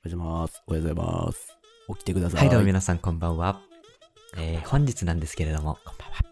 おはようございます。おはようございます。起きてください。 はい、どうも皆さんこんばんは。本日なんですけれども、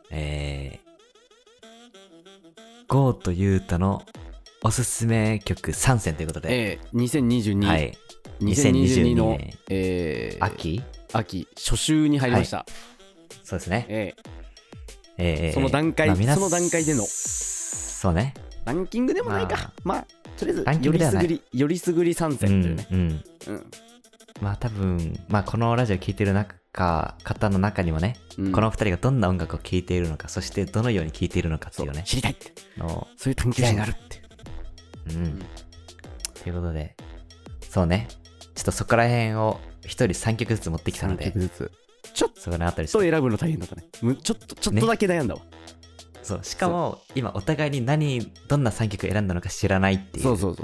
ゴーとユータのおすすめ曲3選ということで、 2022、 はい、 2022の、 秋初秋に入りました。 そうですね。 その段階、その段階でのそうね。 ランキングでもないか。まあとりあえずよりすぐり参戦というね。まあ多分このラジオ聴いてる方の中にもね、この2人がどんな音楽を聴いているのか、そしてどのように聴いているのかっていうね、 知りたいってそういう探求心があるってということで、そうね、ちょっとそこら辺を1人3曲ずつ持ってきたので、 3曲ずつちょっとそこのあたり選ぶの大変だったね。ちょっとだけ悩んだわ。 そう、しかも今お互いにどんな3曲選んだのか知らないっていう。 そう、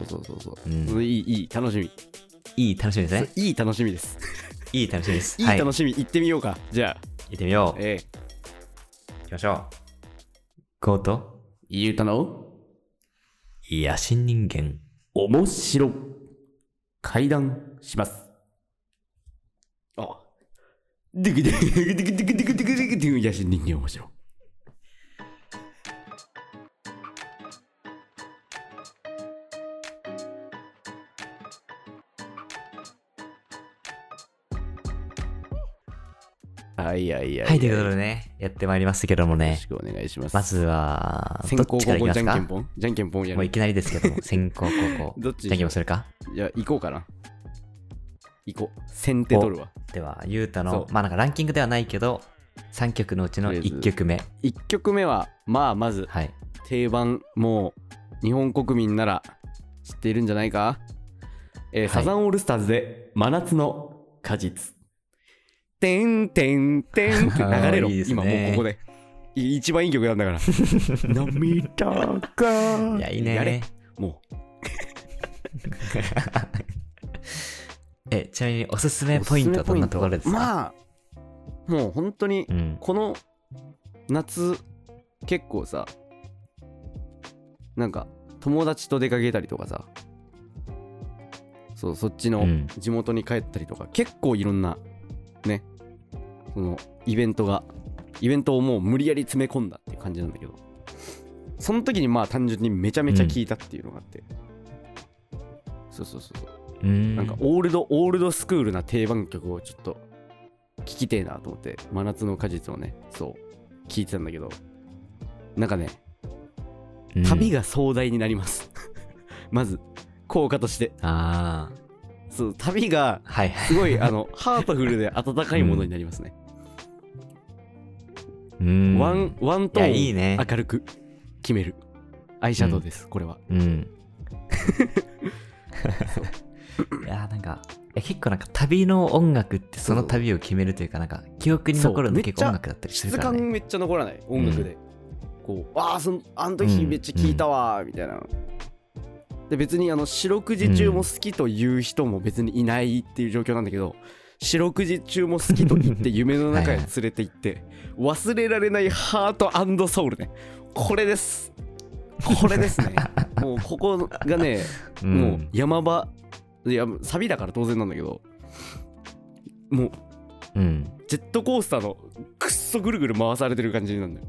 いい楽しみ。 いい楽しみですね。 いい楽しみです。 いい楽しみです。 いい楽しみ、行ってみようか。じゃあ行ってみよう。行きましょう。ゴーとゆうたの野心人間面白会談します。あ、でき野心人間面白。はい、 ということでね、やってまいりますけどもね。 よろしくお願いします。 まずは、 先攻後攻じゃんけんぽんじゃんけんぽんやる。 もういきなりですけども、先攻後攻。 どっちじゃんけんぽんするか？ いや、行こうかな。行こう。先手取るわ。 では、ゆうたの、なんかランキングではないけど、3曲のうちの1曲目。 1曲目は、まず、定番、もう、日本国民なら知っているんじゃないか？サザンオールスターズで、真夏の果実。てんてんてんって流れろ。いい今もうここで一番いい曲なんだから涙がいやいいね。 やれもうちなみにおすすめポイントはどんなところですか？ もう本当にこの夏結構さ、なんか友達と出かけたりとかさ、そっちの地元に帰ったりとか、結構いろんなね、そのイベントをもう無理やり詰め込んだっていう感じなんだけど、その時に単純にめちゃめちゃ聴いたっていうのがあって、なんかオールドスクールな定番曲をちょっと聴きてえなと思って、真夏の果実をね、聴いてたんだけど、なんかね、旅が壮大になりますまず効果として、旅がすごいハートフルで温かいものになりますね。ワントーン明るく決めるアイシャドウです、これは。 いやなんか結構なんか旅の音楽ってその旅を決めるというか、なんか記憶に残るの結構音楽だったりするからね。 質感めっちゃ残らない音楽で、こうあの時めっちゃ聴いたわみたいな。で別に四六時中も好きという人も別にいないっていう状況なんだけど、四六時中も好きと言って夢の中へ連れて行って忘れられないハート&ソウルね。これですねもうここがね、もう山場、いやサビだから当然なんだけど、もう、ジェットコースターのくっそぐるぐる回されてる感じなんだよ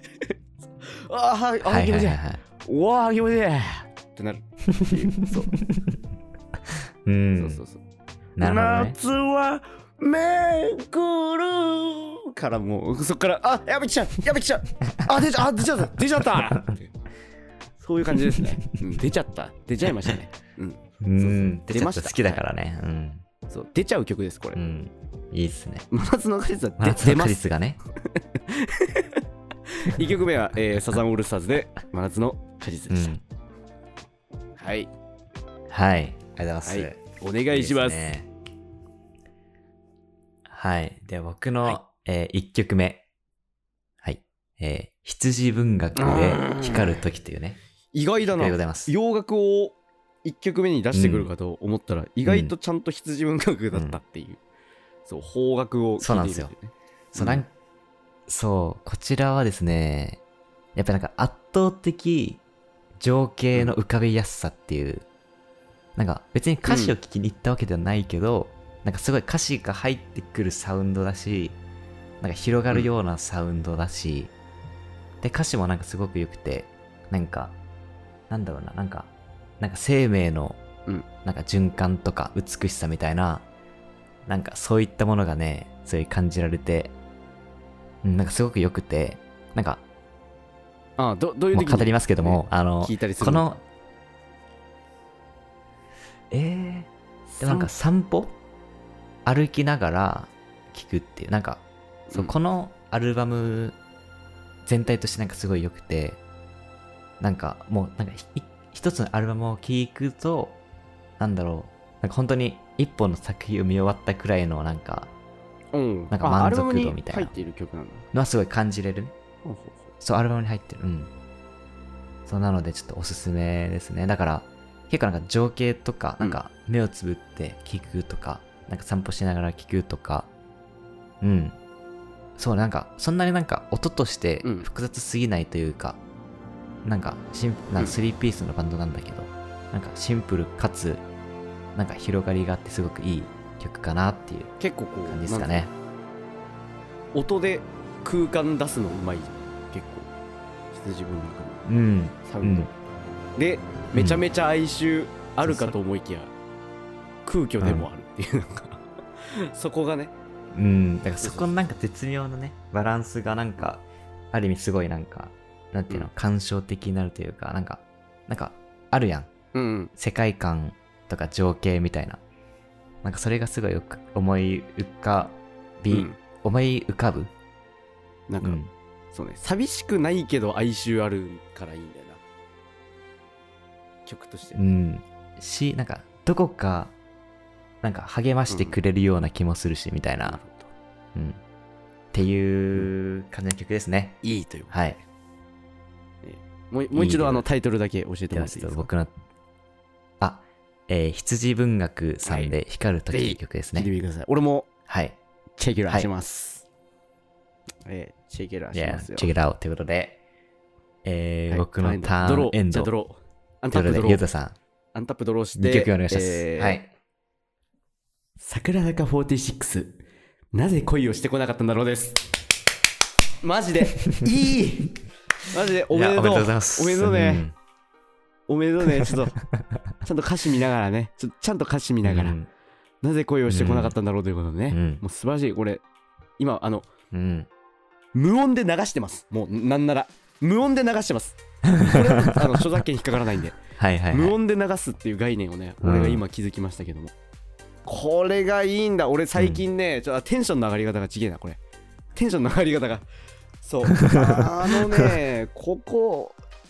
気持ちいい、うわー気持ちいいってなるそうなるほどね。夏はめぐるからもうそっからやべきちゃう出ちゃったそういう感じですね。出ちゃいましたね。 出ました。好きだからね。 そう出ちゃう曲ですこれ。 いいっすね。 真夏の果実は真夏の果実がね。 1曲目はサザンオールスターズで真夏の果実でした。はい、 ありがとうございます。 お願いします。 はい。では僕の1曲目。羊文学で光る時というね。 意外だな。洋楽を1曲目に出してくるかと思ったら、意外とちゃんと羊文学だったっていう。邦楽を聴いている。 そうなんですよ。こちらはですね、やっぱなんか圧倒的情景の浮かびやすさっていうなんか別に歌詞を聴きに行ったわけではないけど、なんかすごい歌詞が入ってくるサウンドだし、なんか広がるようなサウンドだし、で歌詞もなんかすごく良くて、なんかなんだろうな、なんか生命のなんか循環とか美しさみたいな、なんかそういったものがね、そういう感じられて、なんかすごく良くて、なんかどういう時に語りますけども、 聞いたりするこのでもなんか散歩歩きながら聴くっていう、なんかそう、このアルバム全体としてなんかすごい良くて、なんかもうなんか一つのアルバムを聴くと、なんだろう、なんか本当に一本の作品を見終わったくらいのなんかなんか満足度みたいな入っている曲なんだのはすごい感じれるね。そうアルバムに入ってる。そうなのでちょっとおすすめですね。だから結構なんか情景とか、なんか目をつぶって聴くとか、なんか散歩しながら聴くとか、そうなんかそんなになんか音として複雑すぎないというか、なんかなんか3ピースのバンドなんだけど、なんかシンプルかつなんか広がりがあってすごくいい曲かなっていう結構こう感じですかね。 音で空間出すのうまいじゃん。結構羊文学のサウンド、でめちゃめちゃ哀愁あるかと思いきや、空虚でもあるっていう、なんかそこがね、 だからそこのなんか絶妙なねバランスがなんかある意味すごいなんかなんていうの、感傷的になるというか、なんかあるやん、世界観とか情景みたいな、なんかそれがすごいよく思い浮かぶなんか、そうね、寂しくないけど哀愁あるからいいんだよな、曲として。 なんかどこかなんか励ましてくれるような気もするし、みたいな、っていう感じの曲ですね。 いいという。 はい。 もう一度タイトルだけ教えてもらっていいですか？ 僕の羊文学さんで光る時という曲ですね。 聞いてみてください。俺もチェキラーします。チェキラーしますよ。 チェキラーということで、僕のターンエンド。 ドロー。 アンタップドロー。ゆうたさん。 アンタップドローして。 2曲お願いします。はい。 桜坂46。なぜ恋をしてこなかったんだろうです。マジで。いいマジでおめでとう。 おめでとうございます。 おめでとうね。おめでとうね。ちゃんと歌詞見ながらね。ちゃんと歌詞見ながら。なぜ恋をしてこなかったんだろうということでね。もう素晴らしい。これ、今、無音で流してます。もう、なんなら。無音で流してます。これは著作権引っかからないんで。無音で流すっていう概念をね、俺が今気づきましたけども。これがいいんだ。俺最近ね、テンションの上がり方がちげえな、これ。テンションの上がり方が。そう。ここ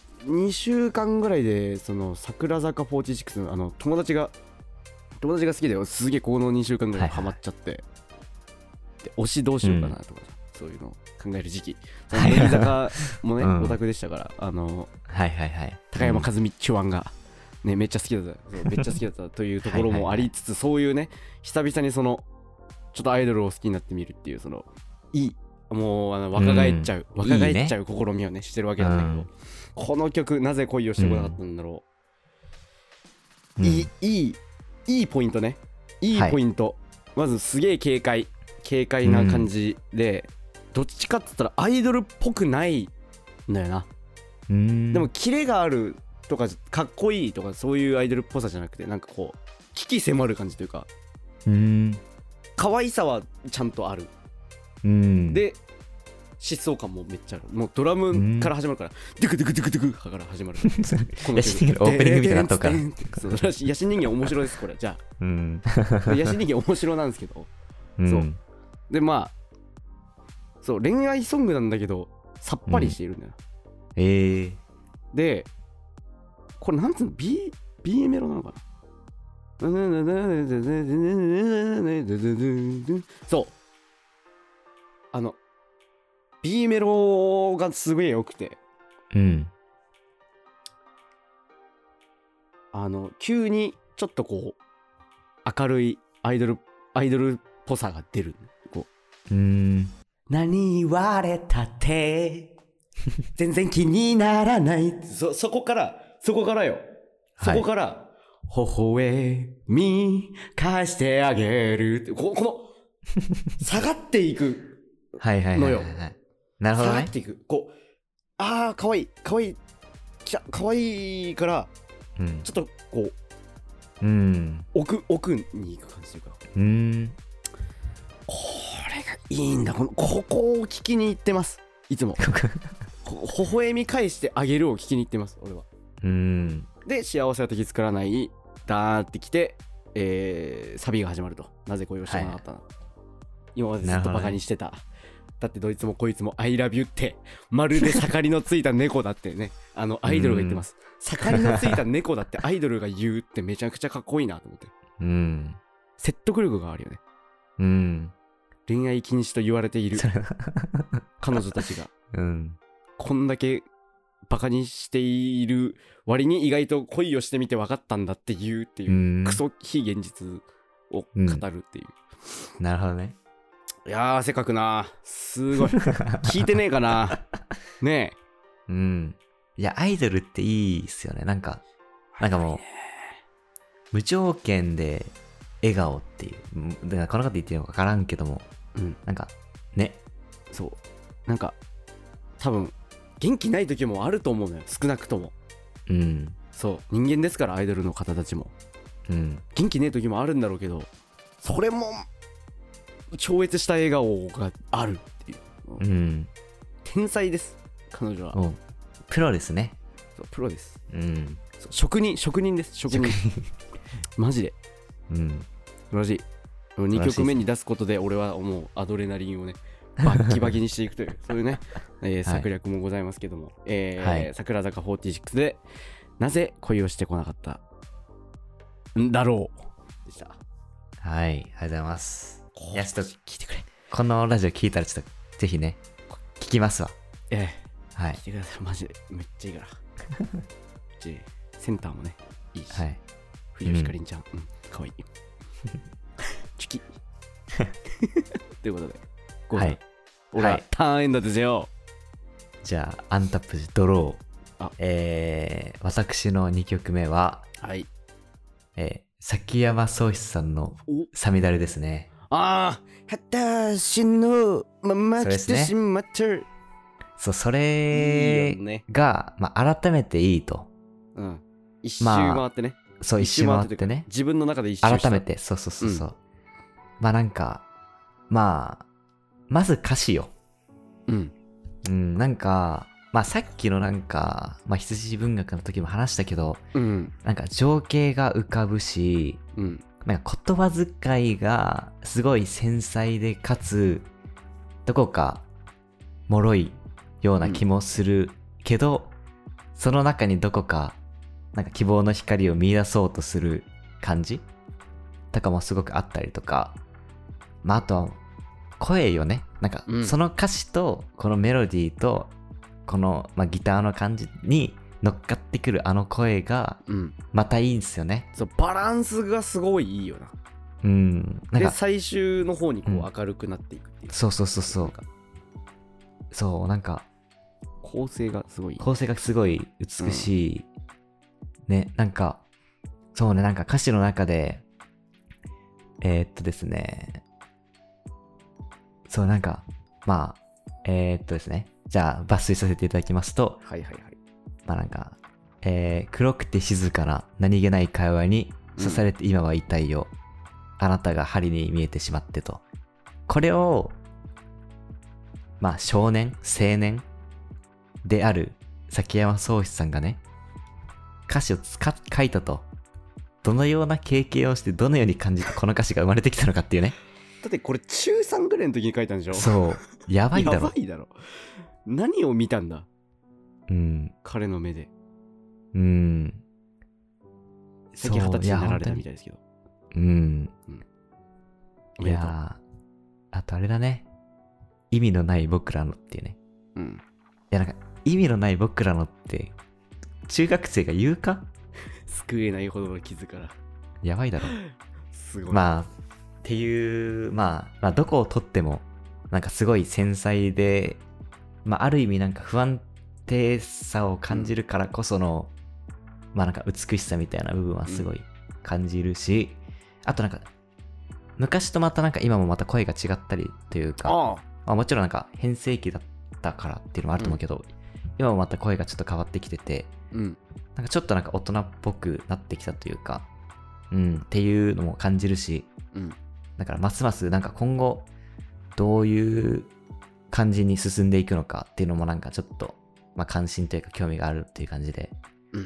2週間ぐらいで、桜坂46の友達が好きで、すげえこの2週間ぐらいハマっちゃって、で推しどうしようかなとか、そういうのを考える時期。乃木坂もね、オタクでしたから、高山和美チュワンが。ね、めっちゃ好きだったというところもありつつ、そういうね、久々にちょっとアイドルを好きになってみるっていう、もう若返っちゃう試みをねしてるわけなんだけど、この曲なぜ恋をしてこなかったんだろう。いいポイントね。いいポイント。まずすげえ軽快な感じで、どっちかって言ったらアイドルっぽくないんだよな。でもキレがあるとかかっこいいとかそういうアイドルっぽさじゃなくて、なんかこう危機迫る感じというか、可愛さはちゃんとある。で疾走感もめっちゃある。もうドラムから始まるから、ドゥクドゥクドゥクドゥクから始まる。 このヤシ人形のオープニングみたいなとか。 ヤシ人形面白いです、これ。じゃあ。ヤシ人形面白なんですけど。そう。で、まあ、そう、恋愛ソングなんだけど、さっぱりしているんだよ。で、これなんつうの ?B メロなのかな。そう。B メロがすごい良くて、急にちょっとこう明るいアイドルっぽさが出る。こう何言われたって全然気にならない。そこからよ。そこから微笑み返してあげるってこの下がっていくはいはいはいはい、はい、なるほどね。 下がっていくこうかわいいかわいいかわいいから、うん、ちょっとこう、うん、奥に行く感じというか、これがいいんだ。ここを聞きに行ってますいつも微笑み返してあげるを聞きに行ってます俺は。で幸せは敵作らないダーってきて、サビが始まると。なぜ恋をしてこなかったの、はい、今までずっとバカにしてた、だってどいつもこいつも I love you ってまるで盛りのついた猫だってねアイドルが言ってます。盛りのついた猫だってアイドルが言うってめちゃくちゃかっこいいなと思って、説得力があるよね。恋愛禁止と言われている彼女たちが、こんだけバカにしている割に意外と恋をしてみて分かったんだっていうっていうクソ非現実を語るっていう、 なるほどね。 いやー汗かくな。すごい聞いてねえかなねえ。いやアイドルっていいっすよね。なんかもう無条件で笑顔っていう、だからこの方言ってるのか分からんけども、なんかね、 そうなんか多分元気ない時もあると思うのよ、少なくとも。そう人間ですからアイドルの方たちも、元気ねえ時もあるんだろうけど、それも超越した笑顔があるっていう、天才です彼女は。 プロですね。 そうプロです、職人です職人マジで、素晴らしい。2曲目に出すことで俺は思うアドレナリンをねバッキバキにしていくというそういうね、策略もございますけども、桜坂46でなぜ恋をしてこなかったんだろうでした。 はい、ありがとうございます。いやちょっと聞いてくれ。 このラジオ聞いたらちょっとぜひね聞きますわ。 はい、聞いてください。マジでめっちゃいいからセンターもねいいし、藤吉かりんちゃん、かわいいチュキということで俺はターンエンドですよ。 じゃあアンタップジドロー。私の2曲目は、崎山蒼志さんのサミダレですね。私のまま来てしまった。そう、それが、改めていいと。 一周回ってね。 そう、一周回ってね。 自分の中で一周した。 改めて、そう。なんか、まず歌詞よ。なんか、さっきのなんか、羊文学の時も話したけど、なんか情景が浮かぶし、なんか言葉遣いがすごい繊細でかつどこか脆いような気もするけど、その中にどこかなんか希望の光を見出そうとする感じとかもすごくあったりとか、あとは声よね。なんかその歌詞とこのメロディーとこの、ギターの感じに乗っかってくるあの声がまたいいんですよね。 そうバランスがすごいいいよな。なんかで最終の方にこう明るくなっていくっていう、 そうそうなんか構成がすごい美しい、ね。なんかそうね、なんか歌詞の中でですね、そうなんかですね、じゃあ抜粋させていただきますと、なんか、黒くて静かな何気ない会話に刺されて今は痛いよ、あなたが針に見えてしまってと。これを少年青年である崎山蒼志さんがね歌詞を書いたと。どのような経験をしてどのように感じてこの歌詞が生まれてきたのかっていうね。 だってこれ中3ぐらいの時に書いたんでしょ。 そうやばいだろ何を見たんだ、彼の目で。最近20歳になられたみたいですけど。 いやあとあれだね、意味のない僕らのっていうね。いやなんか意味のない僕らのって中学生が言うか。 救えないほどの傷からやばいだろすごい。 っていうどこをとってもなんかすごい繊細で、ある意味なんか不安定さを感じるからこその、なんか美しさみたいな部分はすごい感じるし、あとなんか昔とまたなんか今もまた声が違ったりというか、まあ、もちろんなんか変声期だったからっていうのもあると思うけど、今もまた声がちょっと変わってきてて、なんかちょっとなんか大人っぽくなってきたというか、っていうのも感じるし、だからますますなんか今後どういう感じに進んでいくのかっていうのもなんかちょっと、まあ、関心というか興味があるっていう感じで、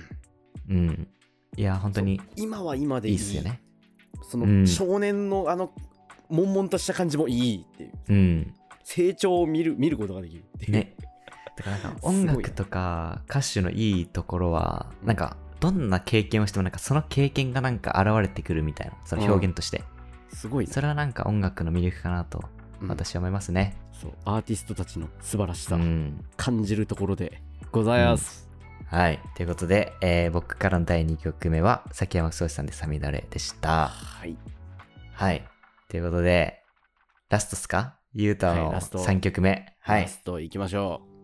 いや本当に今は今でいいいいっすよね。 その少年の悶々とした感じもいいっていう、成長を見ることができるっていうね。 だからなんか音楽とか歌手のいいところはなんかどんな経験をしてもなんかその経験がなんか現れてくるみたいな、その表現として、 すごいね。 それはなんか音楽の魅力かなと私は思いますね。 そうアーティストたちの素晴らしさ、感じるところでございます。 はい、ということで、僕からの第2曲目は崎山壮志さんでサミダレでした。はい。はい。ということで、ラストっすか？ゆうたの3曲目。はい。 ラストいきましょう。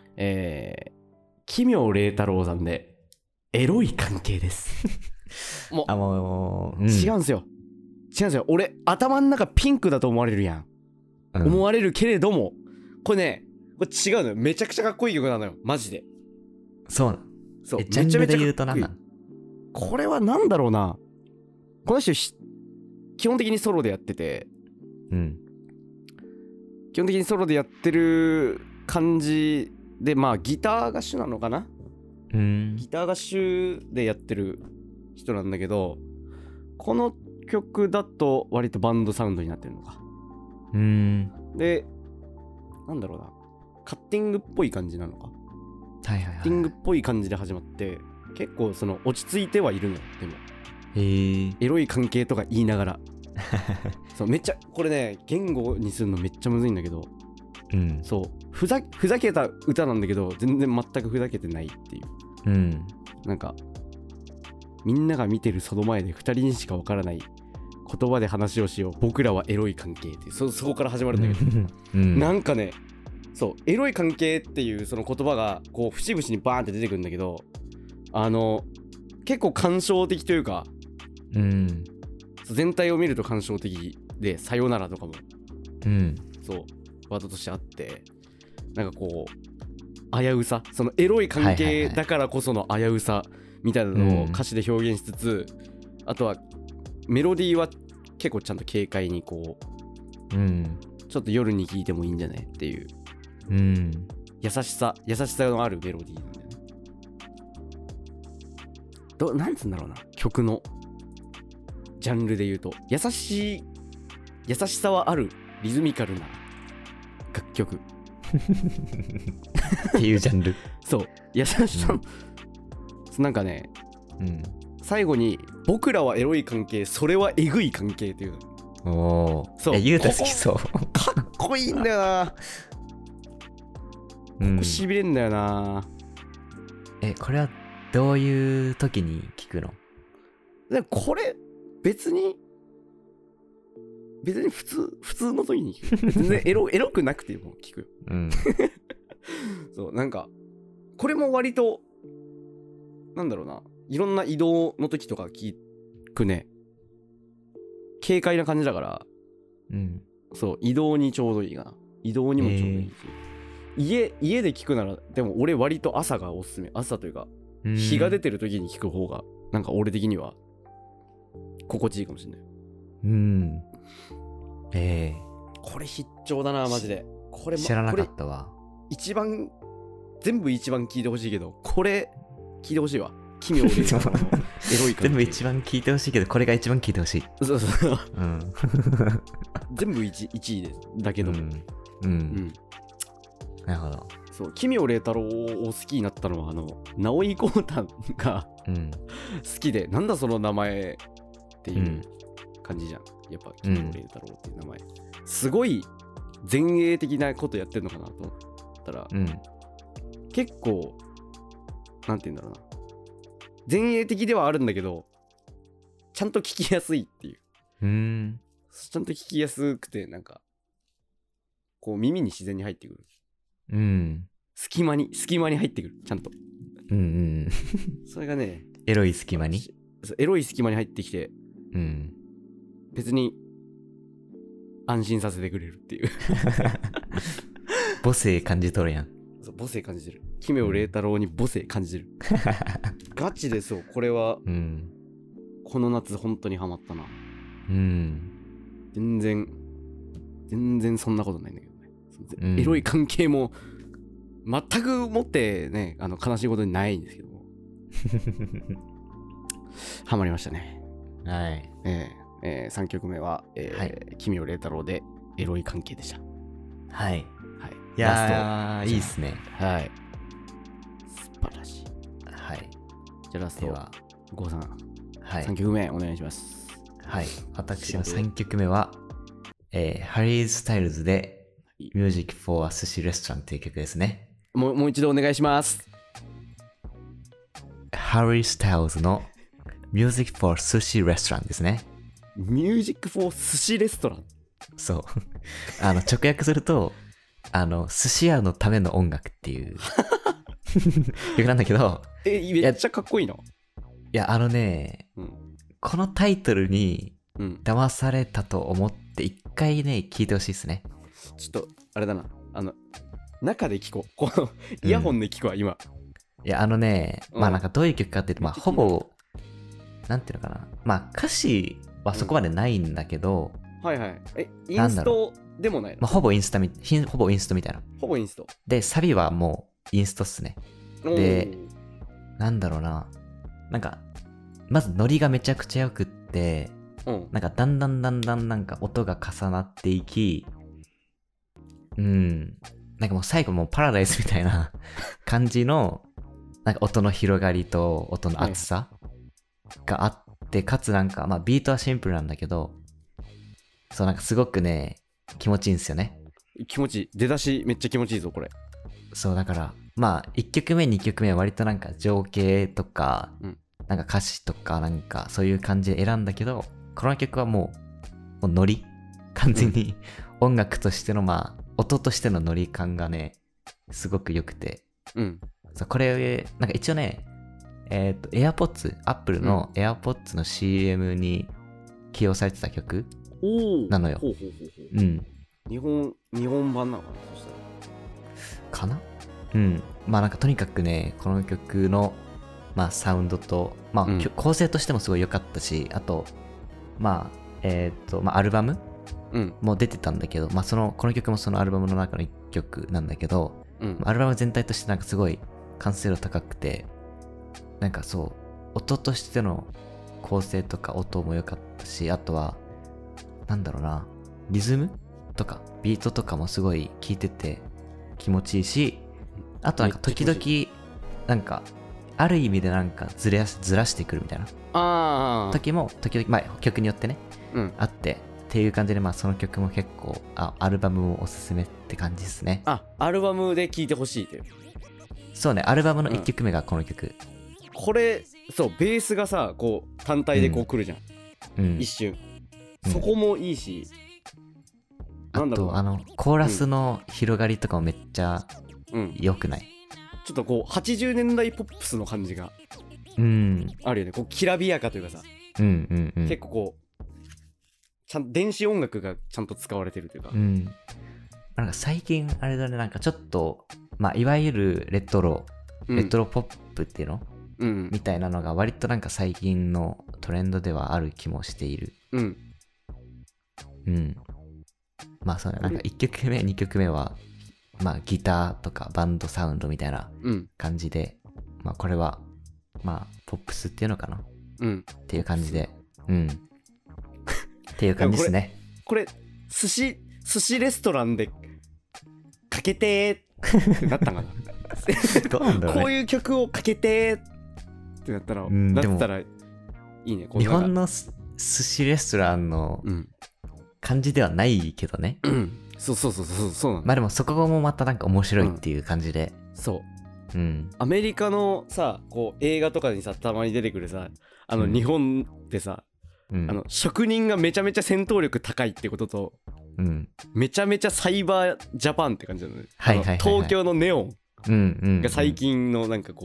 奇妙麗太郎さんで、エロい関係です。もう、違うんですよ。俺、頭の中ピンクだと思われるやん。思われるけれども、これ違うのよ。めちゃくちゃかっこいい曲なのよ。マジで。 そうなの。ジャンルで言うと何なの？ これはなんだろうな。この人基本的にソロでやってて、基本的にソロでやってる感じで、まあギターが主なのかな。ギターが主でやってる人なんだけど、この曲だと割とバンドサウンドになってるのか。で、なんだろうな、カッティングっぽい感じなのか。カッティングっぽい感じで始まって、結構その落ち着いてはいるのよ。でもエロい関係とか言いながらそうめっちゃこれね、言語にするのめっちゃむずいんだけど、そうふざけた歌なんだけど、全然全くふざけてないっていう、なんかみんなが見てるその前で2人にしかわからない言葉で話をしよう、僕らはエロい関係って、そこから始まるんだけど、なんかね、そうエロい関係っていうその言葉がこう節々にバーンって出てくるんだけど、結構感傷的というか、全体を見ると感傷的で、さよならとかも、そうワードとしてあって、なんかこう危うさ、そのエロい関係だからこその危うさみたいなのを歌詞で表現しつつ、あとはメロディーは結構ちゃんと軽快にこう、ちょっと夜に聴いてもいいんじゃないっていう、優しさのあるメロディーなんだよね。なんつうんだろうな、曲のジャンルで言うと優しさはあるリズミカルな楽曲っていうジャンル。 そう優しさ、なんかね、最後に僕らはエロい関係、それはエグい関係っていうの。 そうゆうた好きそう。 かっこいいんだよな。ここしびれんだよな。 これはどういう時に聞くの？ でこれ別に普通の時に聞く。全然エロくなくても聞くよ。そうなんかこれも割となんだろうな、いろんな移動の時とか聞くね。軽快な感じだから、そう移動にちょうどいいかな。移動にもちょうどいいし、家で聞くならでも俺割と朝がおすすめ。朝というか日が出てる時に聞く方がなんか俺的には心地いいかもしれない。これ必聴だなマジで。これ知らなかったわ。 全部一番聞いてほしいけど、これ聞いてほしいわ。奇妙でエロい感じ。 全部一番聞いてほしいけど、これが一番聞いてほしい。 そう全部1位ですだけど、なるほど。 そう奇妙麗太郎を好きになったのは直井浩太が好きで、なんだその名前っていう感じじゃん。やっぱ奇妙麗太郎っていう名前、すごい前衛的なことやってるのかなと思ったら、結構なんて言うんだろうな、前衛的ではあるんだけどちゃんと聞きやすいっていう、ちゃんと聞きやすくて、なんかこう耳に自然に入ってくる、隙間に入ってくるちゃんと、それがね、 エロい隙間にエロい隙間に入ってきてうん別に安心させてくれるっていう母性感じとるやん。 そう母性感じてる。奇妙麗太郎に母性感じてるガチでそう。これはうんこの夏本当にハマったな。 うん全然そんなことないんだけどね、 うんエロい関係も全くもってね悲しいことにないんですけどもハマりましたね。 はい。 3曲目は、 はい奇妙麗太郎でエロい関係でした。 はい。 はい。 いやー、いいっすね。 はい。素晴らしい。 はい。 じゃあラストでは、 郷さん、 はい。 3曲目お願いします。 はい。私の3曲目は、ハリー・スタイルズで Music for a Sushi Restaurant という曲ですね。 もう一度お願いします。 ハリー・スタイルズの Music for Sushi Restaurant ですね。 ミュージックフォー寿司レストラン。 そう直訳すると寿司屋のための音楽っていう曲なんだけど、 めっちゃかっこいいな。 いやうんこのタイトルにうん、 騙されたと思って一回ね聞いてほしいですね。 ちょっとあれだな、中で聞こう。このイヤホンで聞くわ、今。 いやうんまあなんかどういう曲かっていうと、まあめっちゃ気になるほぼなんていうのかな、まあ歌詞はそこまでないんだけど、 はいはい。インスなんだろトでもないの？ まあ、ほぼインストみたいな。 ほぼインスト。 でサビはもうインストっすね。でなんだろうな、なんかまずノリがめちゃくちゃよくって、なんかだんだんなんか音が重なっていき、なんかもう最後もうパラダイスみたいな感じのなんか音の広がりと音の厚さがあって、かつなんかまあビートはシンプルなんだけど、そうなんかすごくね気持ちいいんですよね。 気持ちいい。出だしめっちゃ気持ちいいぞこれ。 そうだからまあ1曲目2曲目は割となんか情景とか、なんか歌詞とかなんかそういう感じで選んだけど、この曲はもうノリ完全に音楽としてのまあ音としてのノリ感がねすごく良くて、そうこれなんか一応ねAirPods、Apple の AirPods の CM に起用されてた曲なのよ。 日本版なのかな、そしたら。 かな。まあなんかとにかくねこの曲のまあサウンドとまあ、構成としてもすごい良かったし、あとまあアルバムも出てたんだけど、まあこの曲もそのアルバムの中の一曲なんだけど、アルバム全体としてなんかすごい完成度高くて、なんかそう音としての構成とか音も良かったし、あとはなんだろうな、リズムとかビートとかもすごい聴いてて気持ちいいし、あとなんか時々なんかある意味でなんかずらしてくるみたいな時も時々、まあ曲によってね、あってっていう感じで、まあその曲も結構アルバムもおすすめって感じですね。 アルバムで聴いてほしいっていう。 そうね、アルバムの1曲目がこの曲、 これそうベースがさこう単体でこう来るじゃん、一瞬、そこもいいし、 なんだろう、コーラスの広がりとかもめっちゃ良くない？ ちょっとこう80年代ポップスの感じがあるよね。こうきらびやかというかさ、結構こうちゃんと電子音楽がちゃんと使われてるというか、 なんか最近あれだね、なんかちょっとまあいわゆるレトロポップっていうの、みたいなのが割となんか最近のトレンドではある気もしている。まあそうね、なんか1曲目2曲目はまあギターとかバンドサウンドみたいな感じで、まあこれはまあポップスっていうのかな、っていう感じで、っていう感じですね。 これ寿司レストランでかけてーってなったんかなどうなんだろうね、 こういう曲をかけてーってなったら、なったらいいね。 日本の寿司レストランの感じではないけどね、 そうなんだ。 まあでもそこもまたなんか面白いっていう感じで、 そう、アメリカのさこう映画とかにさたまに出てくるさ日本ってさ、職人がめちゃめちゃ戦闘力高いってことと、めちゃめちゃサイバージャパンって感じだよね。東京のネオンが最近のなんかこう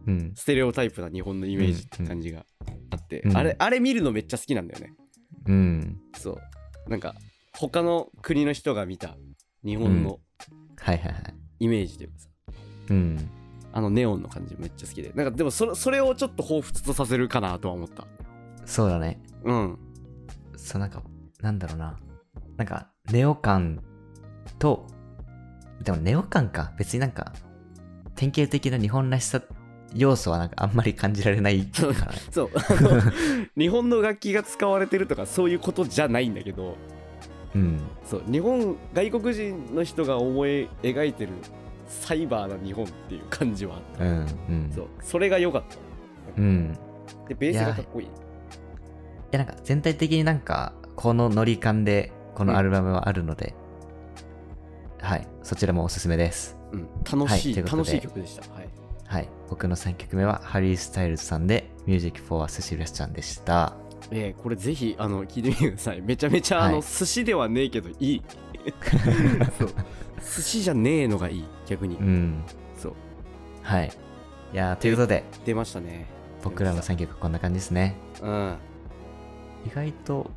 うんステレオタイプな日本のイメージって感じがあって、 うんあれ見るのめっちゃ好きなんだよね。 うんそうなんか他の国の人が見た日本のはいはいはいイメージというかさ、 うんネオンの感じめっちゃ好きで、なんかでもそれをちょっと彷彿とさせるかなとは思った。 そうだね。そうなんかなんだろうな、なんかネオ感と、でもネオ感か別になんか典型的な日本らしさ要素はなんかあんまり感じられないからね。 そう日本の楽器が使われてるとかそういうことじゃないんだけど、そう外国人の人が思い描いてるサイバーな日本っていう感じはあった。そうそれが良かった。でベースがかっこいい。いやなんか全体的になんかこのノリ感でこのアルバムはあるので、はいそちらもおすすめです。 楽しい曲でした。 はい、僕の3曲目はハリー・スタイルズさんで Music for a Sushi Restaurant でした。 これぜひ聞いてみてください。めちゃめちゃ寿司ではねえけどいいそう寿司じゃねえのがいい逆に。そうはい。いやということで出ましたね。 僕らの3曲こんな感じですね。意外と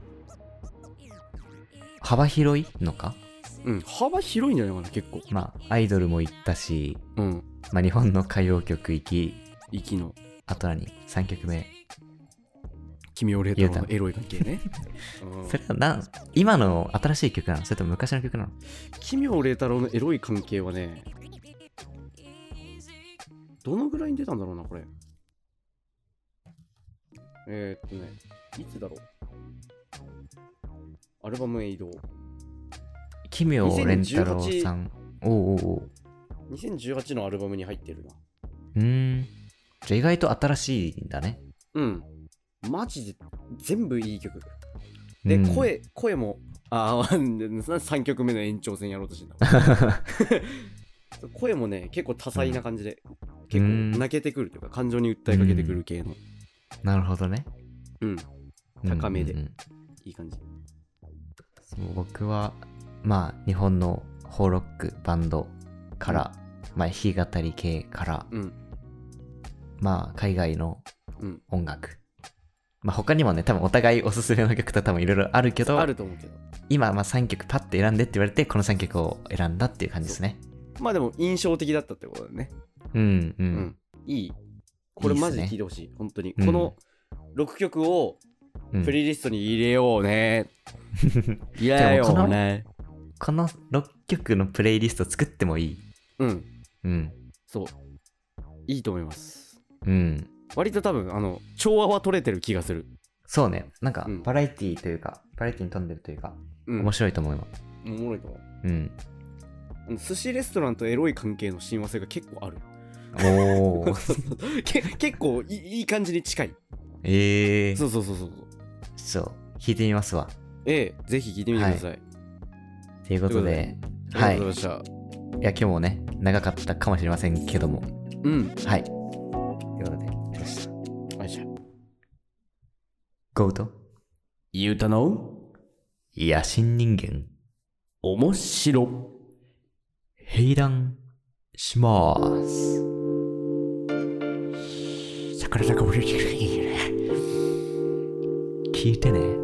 幅広いのか。 幅広いんじゃないかな結構。 まあアイドルも行ったし、 まあ日本の歌謡曲行きのあと3曲目君俺とのエロい関係ね。 それは今の新しい曲なのそれとも昔の曲なの？ 奇妙麗太郎のエロい関係はね、どのぐらいに出たんだろうなこれ。いつだろう。アルバムへ移動。 奇妙麗太郎さん。 2018のアルバムに入ってるな。 じゃあ意外と新しいんだね。 マジで全部いい曲で、声も3曲目の延長戦やろうとしてんだ声もね結構多彩な感じで、結構泣けてくるというか感情に訴えかけてくる系の。 なるほどね。 高めでいい感じ。 そう僕はまあ日本のホーロックバンドから、まあ弾き語り系から、まあ海外の音楽、まあ他にもね多分お互いおすすめの曲と多分いろいろあるけど、 あると思うけど今まあ3曲パッて選んでって言われてこの3曲を選んだっていう感じですね。 まあでも印象的だったってことだね。いい。これマジで聴いてほしい。本当にこの6曲をプレイリストに入れようね。入れようね。 この6曲のプレイリスト作ってもいい。 そういいと思います。割と多分調和は取れてる気がする。 そうね。なんかバラエティというか、バラエティに富んでるというか、面白いと思うよ。 おもろいと思う。寿司レストランとエロい関係の親和性が結構ある。結構いい感じに近い。そう聞いてみますわ。 ぜひ聞いてみてください。 ということで、 はい。いや今日もね長かったかもしれませんけども、はい。ということで、ゴートゆうたの野心人間面白閉覧しまーす。 桜坂ブリュー聞いてね。